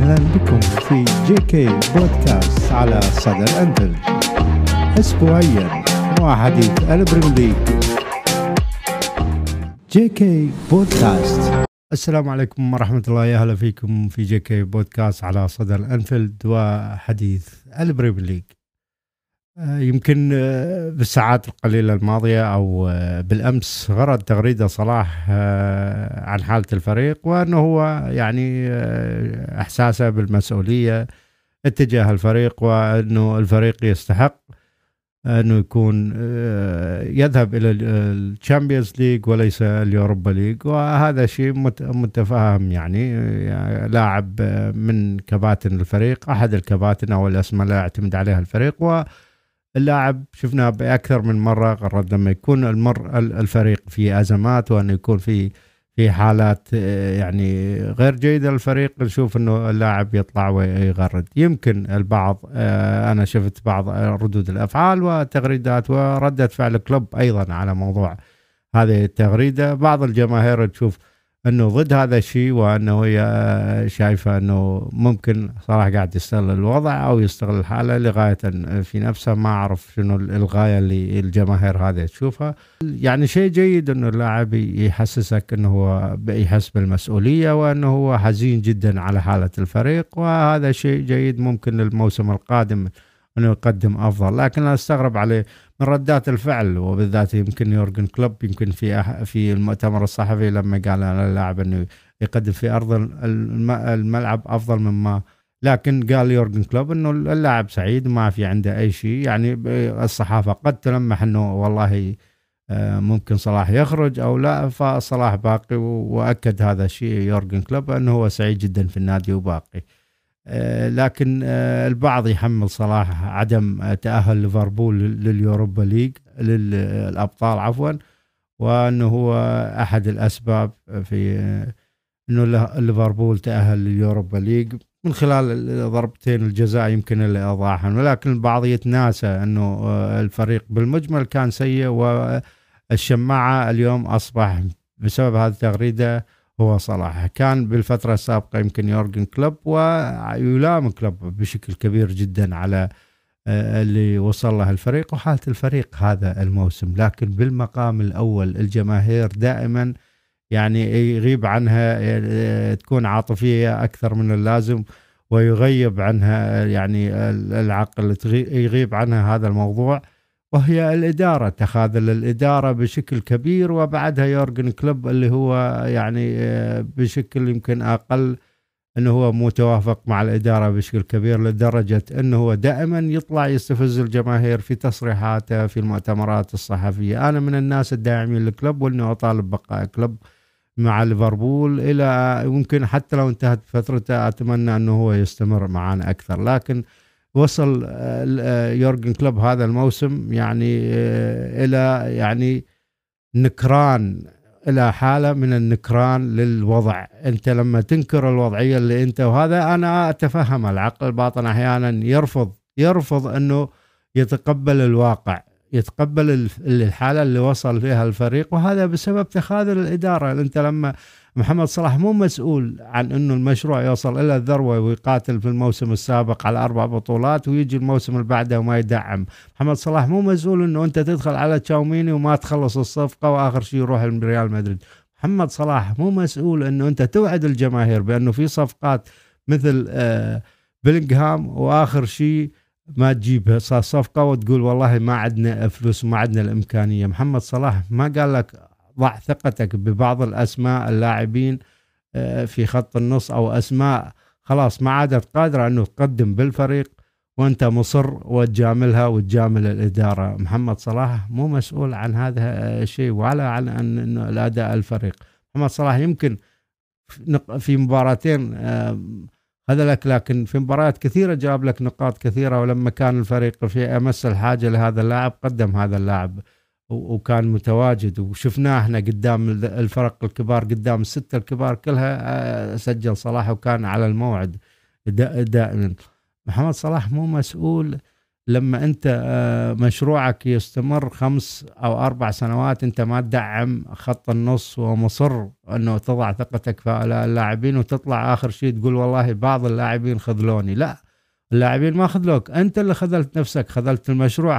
وسهلا بكم في جي كي بودكاست على صدى أنفيلد. أسبوعيا وحديث البريمير ليج. جي كي بودكاست. السلام عليكم ورحمة الله، يا هلا فيكم في جي كي بودكاست على صدى أنفيلد وحديث البريمير ليج. يمكن بالساعات القليلة الماضية أو بالأمس غرد تغريدة صلاح عن حالة الفريق، وأنه هو يعني إحساسه بالمسؤولية اتجاه الفريق، وأنه الفريق يستحق أنه يكون يذهب إلى الشامبيونز ليج وليس اليوروبا ليج، وهذا شيء متفاهم. يعني لاعب من كباتن الفريق، أحد الكباتن أو الأسماء لا يعتمد عليها الفريق، واللاعب شفناه بأكثر من مرة قرر لما يكون الفريق في أزمات وأنه يكون في حالات يعني غير جيدة للفريق، نشوف أنه اللاعب يطلع ويغرد. يمكن البعض أنا شفت بعض ردود الأفعال وتغريدات وردة فعل كلوب أيضا على موضوع هذه التغريدة. بعض الجماهير تشوف أنه ضد هذا الشيء، وأنه هي شايفة أنه ممكن صلاح قاعد يستغل الوضع أو يستغل الحالة لغاية في نفسه. ما أعرف شنو الغاية اللي الجماهير هذه تشوفها. يعني شيء جيد أنه اللاعب يحسسك أنه هو يحس بالمسؤولية، وأنه هو حزين جدا على حالة الفريق، وهذا شيء جيد. ممكن الموسم القادم أنه يقدم أفضل، لكن أنا أستغرب عليه من ردات الفعل، وبالذات يمكن يورجن كلوب يمكن في المؤتمر الصحفي لما قال على اللاعب أنه يقدم في أرض الملعب أفضل مما، لكن قال يورجن كلوب أنه اللاعب سعيد ما في عنده أي شيء. يعني الصحافة قد تلمح أنه والله ممكن صلاح يخرج أو لا، فصلاح باقي، وأكد هذا الشيء يورجن كلوب أنه هو سعيد جدا في النادي وباقي. لكن البعض يحمل صلاح عدم تأهل ليفربول لليوروبا ليج للأبطال عفوا، وأنه هو أحد الأسباب في أنه ليفربول تأهل لليوروبا ليج من خلال ضربتين الجزاء يمكن اللي أضاعهم. ولكن البعض يتناسى أنه الفريق بالمجمل كان سيء، والشماعة اليوم أصبح بسبب هذه التغريدة هو صلاح. كان بالفترة السابقة يمكن يورجن كلوب ويلام كلوب بشكل كبير جدا على اللي وصل له الفريق وحالة الفريق هذا الموسم، لكن بالمقام الأول الجماهير دائما يعني يغيب عنها، تكون عاطفية أكثر من اللازم، ويغيب عنها يعني العقل يغيب عنها هذا الموضوع، وهي الإدارة. تخاذل الإدارة بشكل كبير، وبعدها يورجن كلوب اللي هو يعني بشكل يمكن أقل أنه هو متوافق مع الإدارة بشكل كبير، لدرجة أنه هو دائما يطلع يستفز الجماهير في تصريحاته في المؤتمرات الصحفية. أنا من الناس الداعمين للكلوب، وأنه أطالب بقاء كلوب مع ليفربول إلى يمكن حتى لو انتهت فترته أتمنى أنه هو يستمر معنا أكثر. لكن وصل يورجن كلوب هذا الموسم يعني إلى يعني نكران، إلى حالة من النكران للوضع. أنت لما تنكر الوضعية اللي أنت، وهذا أنا أتفهم العقل الباطن أحيانا يرفض أنه يتقبل الواقع، يتقبل الحالة اللي وصل فيها الفريق، وهذا بسبب تخاذل الإدارة. أنت لما محمد صلاح مو مسؤول عن أنه المشروع يوصل إلى الذروة ويقاتل في الموسم السابق على 4 بطولات، ويجي الموسم اللي بعده وما يدعم. محمد صلاح مو مسؤول أنه أنت تدخل على تشاوميني وما تخلص الصفقة وآخر شيء يروح ريال مدريد. محمد صلاح مو مسؤول أنه أنت توعد الجماهير بأنه في صفقات مثل بيلينغهام وآخر شيء ما تجيب صفقة وتقول والله ما عندنا فلوس ما عندنا الإمكانية. محمد صلاح ما قال لك ضع ثقتك ببعض الأسماء اللاعبين في خط النص أو أسماء خلاص ما عادت قادرة أنه تقدم بالفريق، وأنت مصر وتجاملها وتجامل الإدارة. محمد صلاح مو مسؤول عن هذا الشيء ولا عن أن الأداء الفريق. محمد صلاح يمكن في مباراتين هذا لك، لكن في مباريات كثيرة جاب لك نقاط كثيرة، ولما كان الفريق في أمس الحاجة لهذا اللاعب قدم هذا اللاعب وكان متواجد، وشفناه احنا قدام الفرق الكبار، قدام الستة الكبار كلها سجل صلاح وكان على الموعد دائما. محمد صلاح مو مسؤول لما أنت مشروعك يستمر 5 أو 4 سنوات أنت ما تدعم خط النص ومصر أنه تضع ثقتك في اللاعبين، وتطلع آخر شيء تقول والله بعض اللاعبين خذلوني. لا، اللاعبين ما خذلوك، أنت اللي خذلت نفسك، خذلت المشروع،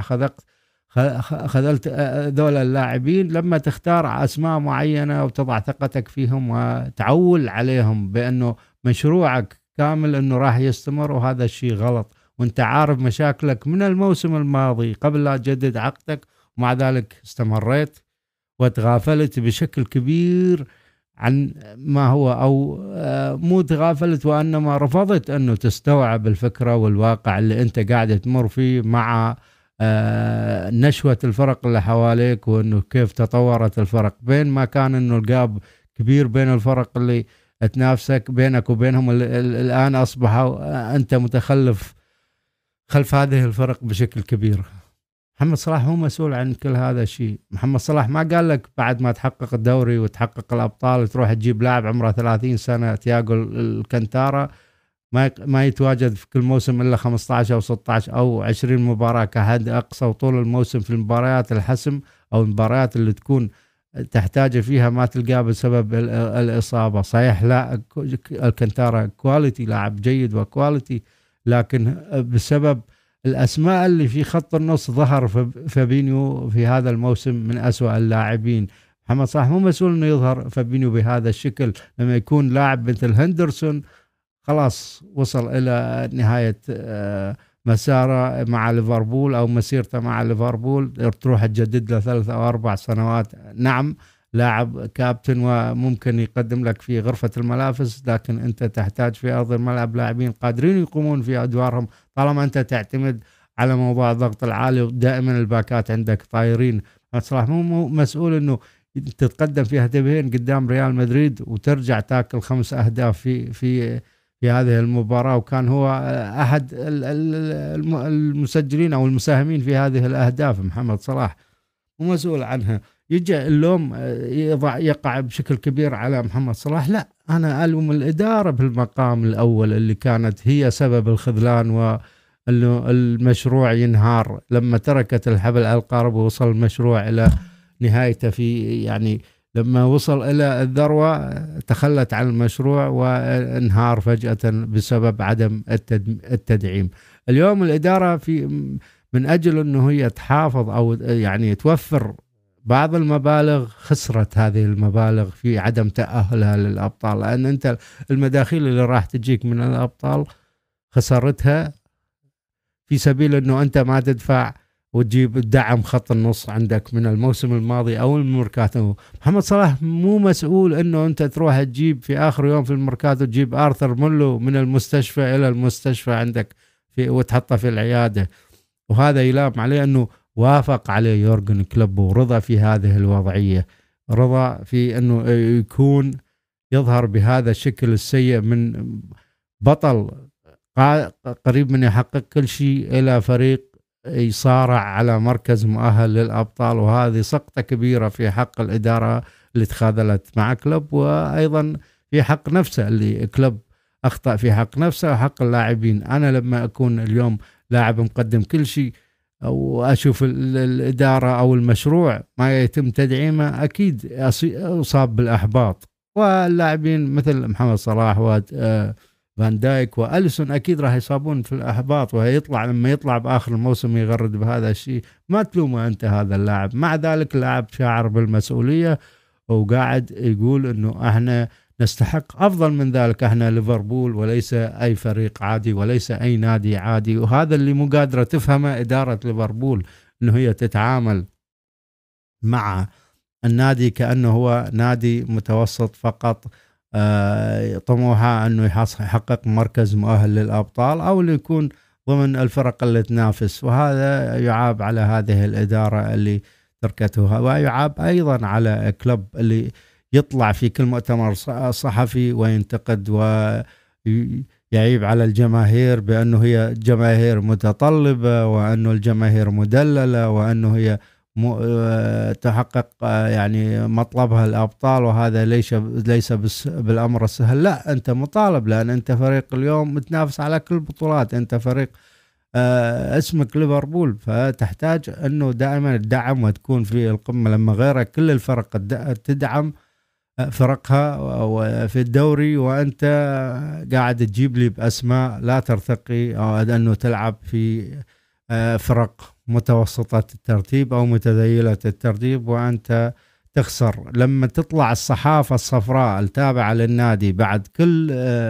خذلت ذول اللاعبين لما تختار أسماء معينة وتضع ثقتك فيهم وتعول عليهم بأنه مشروعك كامل أنه راح يستمر، وهذا الشيء غلط. وانت عارف مشاكلك من الموسم الماضي قبل لا تجدد عقدك، ومع ذلك استمريت وتغافلت بشكل كبير عن ما هو، أو مو تغافلت وإنما رفضت أنه تستوعب الفكرة والواقع اللي أنت قاعد تمر فيه مع نشوة الفرق اللي حواليك، وأنه كيف تطورت الفرق، بين ما كان أنه الجاب كبير بين الفرق اللي تنافسك بينك وبينهم، الآن أصبحوا أنت متخلف خلف هذه الفرق بشكل كبير. محمد صلاح هو مسؤول عن كل هذا الشيء. محمد صلاح ما قال لك بعد ما تحقق الدوري وتحقق الأبطال تروح تجيب لاعب عمره 30 سنة تياغو الكانتارا ما يتواجد في كل موسم إلا 15 أو 16 أو 20 مباراة كحد أقصى، وطول الموسم في المباريات الحسم أو المباريات اللي تكون تحتاج فيها ما تلقاه بسبب الإصابة. صحيح لا، الكانتارا كواليتي، لاعب جيد وكواليتي، لكن بسبب الأسماء اللي في خط النص ظهر فابينيو في هذا الموسم من أسوأ اللاعبين. محمد صلاح مو مسؤول أنه يظهر فابينيو بهذا الشكل لما يكون لاعب مثل هندرسون خلاص وصل إلى نهاية مساره مع ليفربول أو مسيرته مع ليفربول، تروح تجدد له 3 أو 4 سنوات. نعم لاعب كابتن وممكن يقدم لك في غرفة الملابس، لكن أنت تحتاج في أرض الملعب لاعبين قادرين يقومون في أدوارهم. طالما أنت تعتمد على موضوع الضغط العالي ودائما الباكات عندك طايرين، صلاح مو مسؤول أنه تتقدم في هدفين قدام ريال مدريد وترجع تاكل 5 أهداف في هذه المباراة، وكان هو أحد المسجلين أو المساهمين في هذه الأهداف. محمد صلاح مو مسؤول عنها. يجي اللوم يقع بشكل كبير على محمد صلاح. لا، أنا ألوم الإدارة بالمقام الأول اللي كانت هي سبب الخذلان وأنه المشروع ينهار لما تركت الحبل على القارب ووصل المشروع إلى نهايته. في يعني لما وصل إلى الذروة تخلت عن المشروع وانهار فجأة بسبب عدم التدعيم. اليوم الإدارة من أجل أنه هي تحافظ أو يعني توفر بعض المبالغ، خسرت هذه المبالغ في عدم تأهلها للأبطال، لأن أنت المداخيل اللي راح تجيك من الأبطال خسرتها في سبيل أنه أنت ما تدفع وتجيب دعم خط النص عندك من الموسم الماضي أو الميركاتو. محمد صلاح مو مسؤول أنه أنت تروح تجيب في آخر يوم في الميركاتو تجيب آرثر مولو من المستشفى إلى المستشفى عندك وتحطه في العيادة، وهذا يلام عليه أنه وافق عليه يورغن كلوب ورضى في هذه الوضعية، رضى في أنه يكون يظهر بهذا الشكل السيء من بطل قريب من يحقق كل شيء إلى فريق يصارع على مركز مؤهل للأبطال. وهذه سقطة كبيرة في حق الإدارة اللي تخاذلت مع كلوب، وأيضا في حق نفسه اللي كلوب أخطأ في حق نفسه وحق اللاعبين. أنا لما أكون اليوم لاعب مقدم كل شيء أو أشوف الإدارة أو المشروع ما يتم تدعيمه أكيد أصاب بالأحباط، واللاعبين مثل محمد صلاح فان دايك وأليسون أكيد راح يصابون في الأحباط، وهيطلع لما يطلع بآخر الموسم يغرد بهذا الشيء. ما تلومه أنت هذا اللاعب، مع ذلك اللاعب شاعر بالمسؤولية وقاعد يقول أنه احنا نستحق أفضل من ذلك، احنا ليفربول وليس أي فريق عادي وليس أي نادي عادي. وهذا اللي مو قادرة تفهمه إدارة ليفربول، أنه هي تتعامل مع النادي كأنه هو نادي متوسط فقط، طموحه أنه يحقق مركز مؤهل للأبطال أو اللي يكون ضمن الفرق اللي تنافس. وهذا يعاب على هذه الإدارة اللي تركتها، ويعاب أيضا على كلوب اللي يطلع في كل مؤتمر صحفي وينتقد ويعيب على الجماهير بأنه هي جماهير متطلبة، وأنه الجماهير مدللة، وأنه هي تحقق يعني مطلبها الأبطال، وهذا ليس بالأمر السهل. لا، أنت مطالب، لأن أنت فريق اليوم متنافس على كل البطولات، أنت فريق اسمك ليفربول، فتحتاج انه دائما الدعم وتكون في القمة، لما غيرك كل الفرق تدعم فرقها في الدوري، وانت قاعد تجيب لي باسماء لا ترتقي، او انه تلعب في فرق متوسطة الترتيب او متذيلة الترتيب، وانت تخسر. لما تطلع الصحافة الصفراء التابعة للنادي بعد كل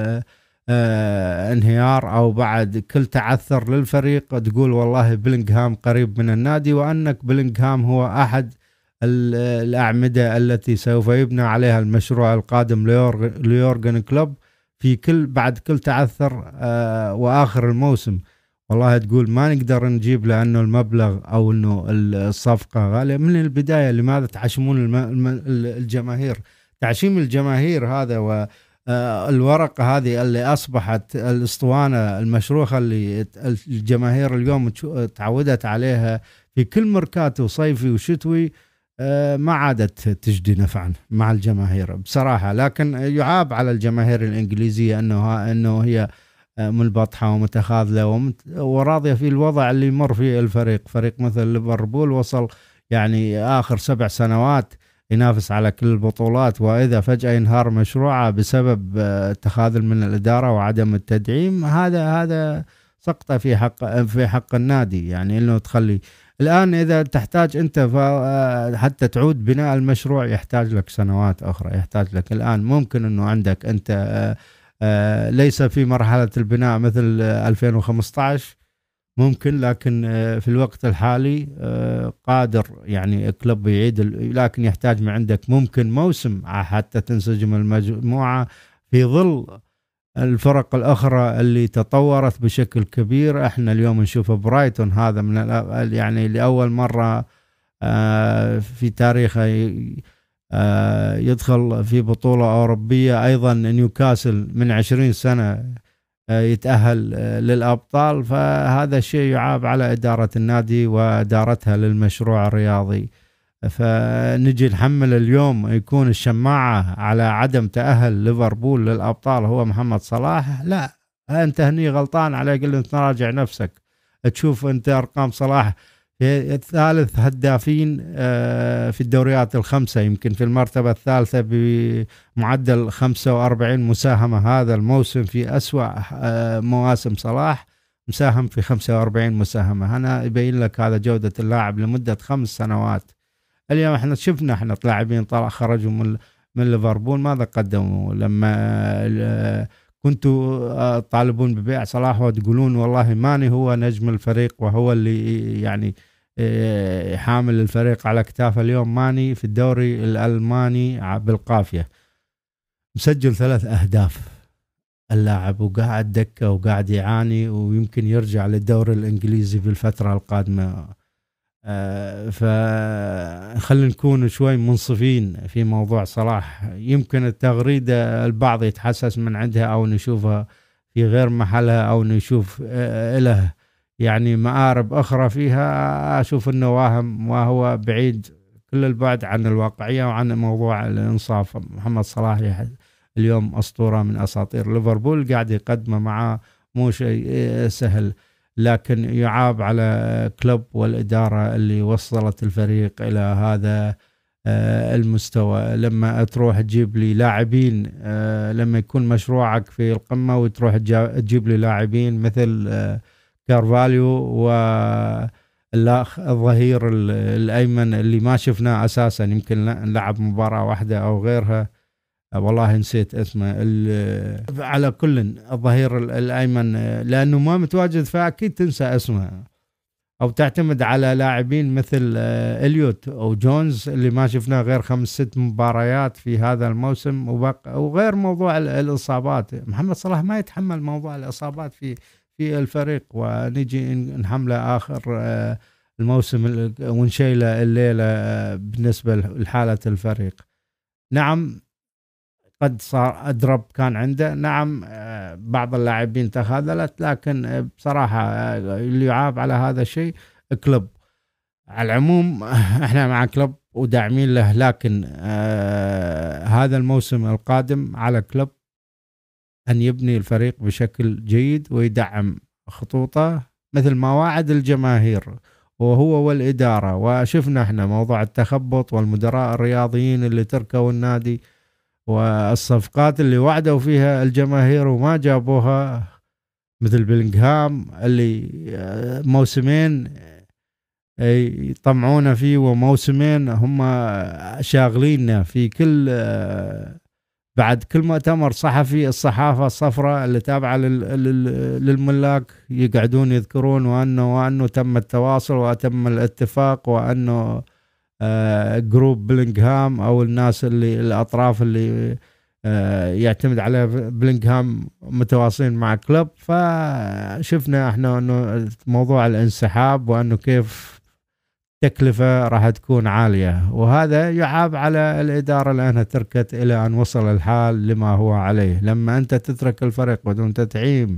انهيار او بعد كل تعثر للفريق، تقول والله بلينغهام قريب من النادي، وانك بلينغهام هو احد الأعمدة التي سوف يبنى عليها المشروع القادم ليورغن كلوب في بعد كل تعثر وآخر الموسم. والله تقول ما نقدر نجيب لأنه المبلغ أو أنه الصفقة غالية من البداية. لماذا تعشمون الجماهير؟ تعشيم الجماهير هذا والورقة هذه اللي أصبحت الأسطوانة المشروخة اللي الجماهير اليوم تعودت عليها في كل ميركاتو صيفي وشتوي، ما عادت تجدي نفعا مع الجماهير بصراحة. لكن يعاب على الجماهير الإنجليزية أنه هي منبطحة ومتخاذلة وراضية في الوضع اللي يمر فيه الفريق. فريق مثل ليفربول وصل يعني آخر 7 سنوات ينافس على كل البطولات، وإذا فجأة ينهار مشروعه بسبب تخاذل من الإدارة وعدم التدعيم، هذا سقطة في حق النادي. يعني إنه تخلي الآن إذا تحتاج أنت حتى تعود بناء المشروع يحتاج لك سنوات أخرى، يحتاج لك الآن ممكن أنه عندك أنت ليس في مرحلة البناء مثل 2015 ممكن، لكن في الوقت الحالي قادر يعني كلوب يعيد، لكن يحتاج من عندك ممكن موسم حتى تنسجم المجموعة في ظل الفرق الأخرى اللي تطورت بشكل كبير. احنا اليوم نشوف برايتون هذا من يعني لأول مرة في تاريخه يدخل في بطولة أوروبية. أيضا نيوكاسل من 20 سنة يتأهل للأبطال، فهذا الشيء يعاب على إدارة النادي وإدارتها للمشروع الرياضي. فنجي نحمل اليوم يكون الشماعة على عدم تأهل ليفربول للأبطال هو محمد صلاح. لا، أنت هني غلطان على قل تراجع نفسك. تشوف أنت أرقام صلاح في الثالث هدافين في الدوريات ال5، يمكن في المرتبة الثالثة بمعدل 45 مساهمة هذا الموسم. في أسوأ مواسم صلاح مساهم في 45 مساهمة. هنا يبين لك هذا جودة اللاعب لمدة 5 سنوات. اليوم احنا شفنا لاعبين خرجوا من ليفربول ماذا قدموا. لما كنتوا طالبون ببيع صلاح وتقولون والله ماني هو نجم الفريق وهو اللي يعني حامل الفريق على كتافه، اليوم ماني في الدوري الألماني بالقافية مسجل 3 أهداف اللاعب، وقاعد دكة وقاعد يعاني، ويمكن يرجع للدوري الإنجليزي في الفترة القادمة. فخلينا نكون شوي منصفين في موضوع صلاح. يمكن التغريدة البعض يتحسس من عندها أو نشوفها في غير محلها أو نشوف له يعني مآرب أخرى فيها، أشوف أنه واهم وهو بعيد كل البعد عن الواقعية وعن موضوع الإنصاف. محمد صلاح اليوم أسطورة من أساطير ليفربول، قاعد يقدمه معاه مو شيء سهل، لكن يعاب على كلوب والإدارة اللي وصلت الفريق إلى هذا المستوى. لما تروح تجيب لي لاعبين، لما يكون مشروعك في القمة وتروح تجيب لي لاعبين مثل كارفاليو والظهير الأيمن اللي ما شفناه أساسا، يمكن نلعب مباراة واحدة أو غيرها، والله نسيت اسمه. على كل الظهير الأيمن لأنه ما متواجد فأكيد تنسى اسمه، أو تعتمد على لاعبين مثل إليوت أو جونز اللي ما شفناه غير 5-6 مباريات في هذا الموسم. وغير موضوع الإصابات، محمد صلاح ما يتحمل موضوع الإصابات في الفريق، ونجي نحمله آخر الموسم ونشيله الليلة بالنسبة لحالة الفريق. نعم قد صار أدرب كان عنده، نعم بعض اللاعبين تخاذلت، لكن بصراحة اللي يعاب على هذا الشيء كلوب. على العموم احنا مع كلوب وداعمين له، لكن هذا الموسم القادم على كلوب أن يبني الفريق بشكل جيد ويدعم خطوطه مثل ما وعد الجماهير وهو والإدارة، وشفنا احنا موضوع التخبط والمدراء الرياضيين اللي تركوا النادي والصفقات اللي وعدوا فيها الجماهير وما جابوها، مثل بلينغهام اللي موسمين يطمعون فيه وموسمين هم شاغليننا في كل بعد كل مؤتمر صحفي الصحافة الصفراء اللي تابعة للملاك يقعدون يذكرون وأنه تم التواصل وتم الاتفاق وأنه جروب بلينغهام أو الناس اللي الأطراف اللي يعتمد على بلينغهام متواصلين مع كلوب. فشفنا احنا أنه موضوع الانسحاب وأنه كيف تكلفة راح تكون عالية، وهذا يعاب على الإدارة لأنها تركت إلى أن وصل الحال لما هو عليه. لما أنت تترك الفريق بدون تدعيم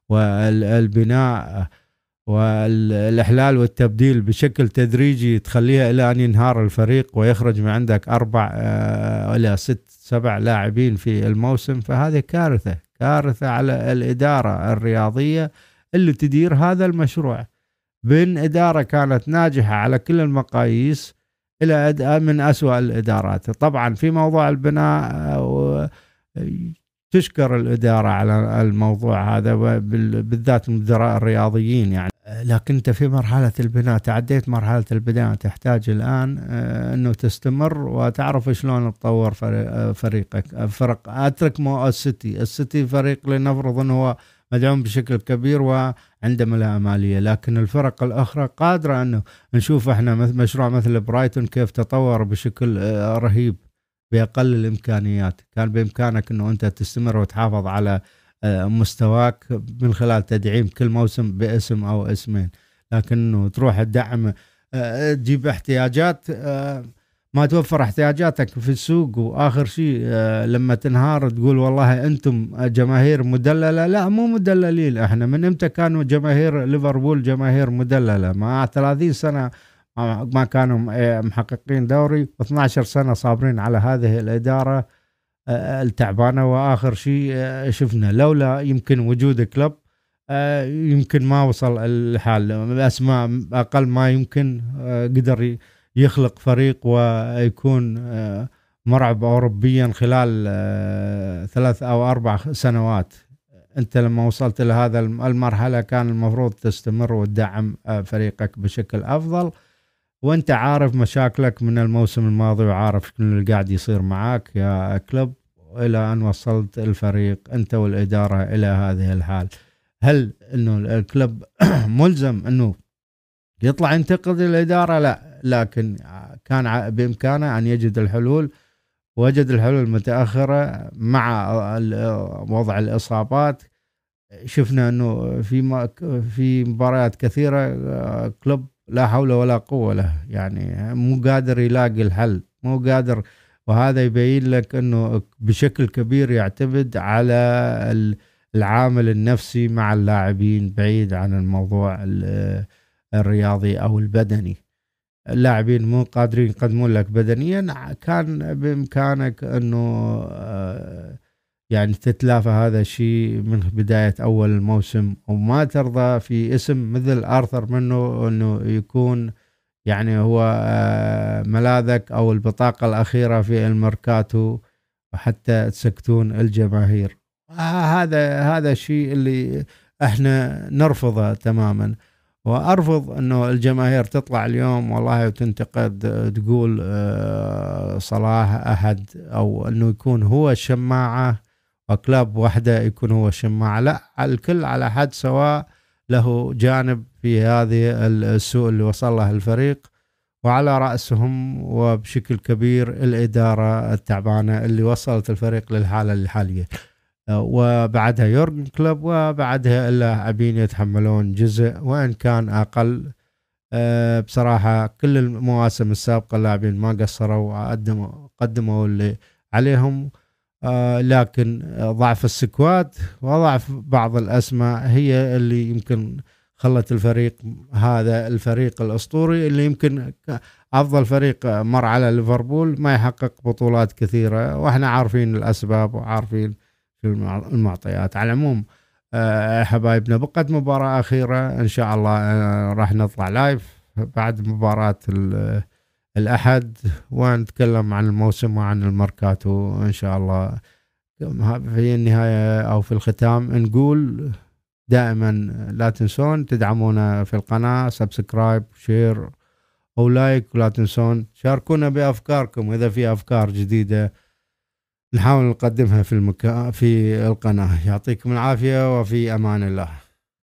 والبناء والإحلال والتبديل بشكل تدريجي تخليها إلى أن ينهار الفريق ويخرج من عندك 4 إلى 6-7 لاعبين في الموسم، فهذه كارثة على الإدارة الرياضية اللي تدير هذا المشروع. بين إدارة كانت ناجحة على كل المقاييس إلى من أسوأ الإدارات. طبعا في موضوع البناء تشكر الإدارة على الموضوع هذا بالذات المدراء الرياضيين يعني، لكن أنت في مرحلة البناء تعديت مرحلة البناء، تحتاج الآن أنه تستمر وتعرف شلون تطور فريقك. فرق أترك السيتي فريق لنفرض أنه هو مدعوم بشكل كبير وعنده ملاءة مالية، لكن الفرق الأخرى قادرة أنه نشوف احنا مشروع مثل برايتون كيف تطور بشكل رهيب بأقل الإمكانيات. كان بإمكانك أنه أنت تستمر وتحافظ على مستواك من خلال تدعيم كل موسم باسم أو اسمين، لكنه تروح الدعم تجيب احتياجات ما توفر احتياجاتك في السوق، وآخر شيء لما تنهار تقول والله أنتم جماهير مدللة. لا، مو مدللين، احنا من امتى كانوا جماهير ليفربول جماهير مدللة؟ مع 30 سنة ما كانوا محققين دوري، 12 سنة صابرين على هذه الإدارة التعبانة. وآخر شيء شفنا لولا يمكن وجود كلوب يمكن ما وصل الحال. أسماء أقل ما يمكن قدر يخلق فريق ويكون مرعب أوروبيا خلال 3 أو 4 سنوات. أنت لما وصلت لهذا المرحلة كان المفروض تستمر وتدعم فريقك بشكل أفضل، وأنت عارف مشاكلك من الموسم الماضي وعارف اللي قاعد يصير معاك يا كلوب إلى أن وصلت الفريق أنت والإدارة إلى هذه الحال. هل إنه الكلوب ملزم إنه يطلع ينتقد الإدارة؟ لا، لكن كان بإمكانه أن يجد الحلول، وجد الحلول متأخرة مع وضع الإصابات. شفنا أنه في مباريات كثيرة كلوب لا حول ولا قوة له، يعني مو قادر يلاقي الحل، مو قادر. وهذا يبين لك أنه بشكل كبير يعتمد على العامل النفسي مع اللاعبين بعيد عن الموضوع الرياضي أو البدني. اللاعبين مو قادرين يقدمون لك بدنيا، كان بإمكانك أنه يعني تتلافى هذا الشيء من بداية أول الموسم، وما ترضى في اسم مثل آرثر منه أنه يكون يعني هو ملاذك أو البطاقة الأخيرة في الميركاتو وحتى تسكتون الجماهير. هذا الشيء اللي احنا نرفضه تماما. وأرفض أنه الجماهير تطلع اليوم والله وتنتقد تقول صلاح أحد، أو أنه يكون هو الشماعة وكلاب واحدة يكون هو الشماعة. لا، الكل على حد سواء له جانب في هذه السوء اللي وصل له الفريق، وعلى رأسهم وبشكل كبير الإدارة التعبانة اللي وصلت الفريق للحالة الحالية، وبعدها يورجن كلوب، وبعدها اللاعبين يتحملون جزء وإن كان أقل. بصراحة كل المواسم السابقة اللاعبين ما قصروا وقدموا اللي عليهم، لكن ضعف السكواد وضعف بعض الأسماء هي اللي يمكن خلت الفريق هذا الفريق الأسطوري اللي يمكن أفضل فريق مر على ليفربول ما يحقق بطولات كثيرة، وإحنا عارفين الأسباب وعارفين المعطيات. على العموم حبايبنا بقت مباراة أخيرة إن شاء الله، راح نطلع لايف بعد مباراة الأحد ونتكلم عن الموسم وعن الميركاتو إن شاء الله. في النهاية أو في الختام نقول دائما لا تنسون تدعمونا في القناة، سبسكرايب شير أو لايك، ولا تنسون شاركونا بأفكاركم إذا في أفكار جديدة نحاول نقدمها في القناة. يعطيكم العافية وفي أمان الله.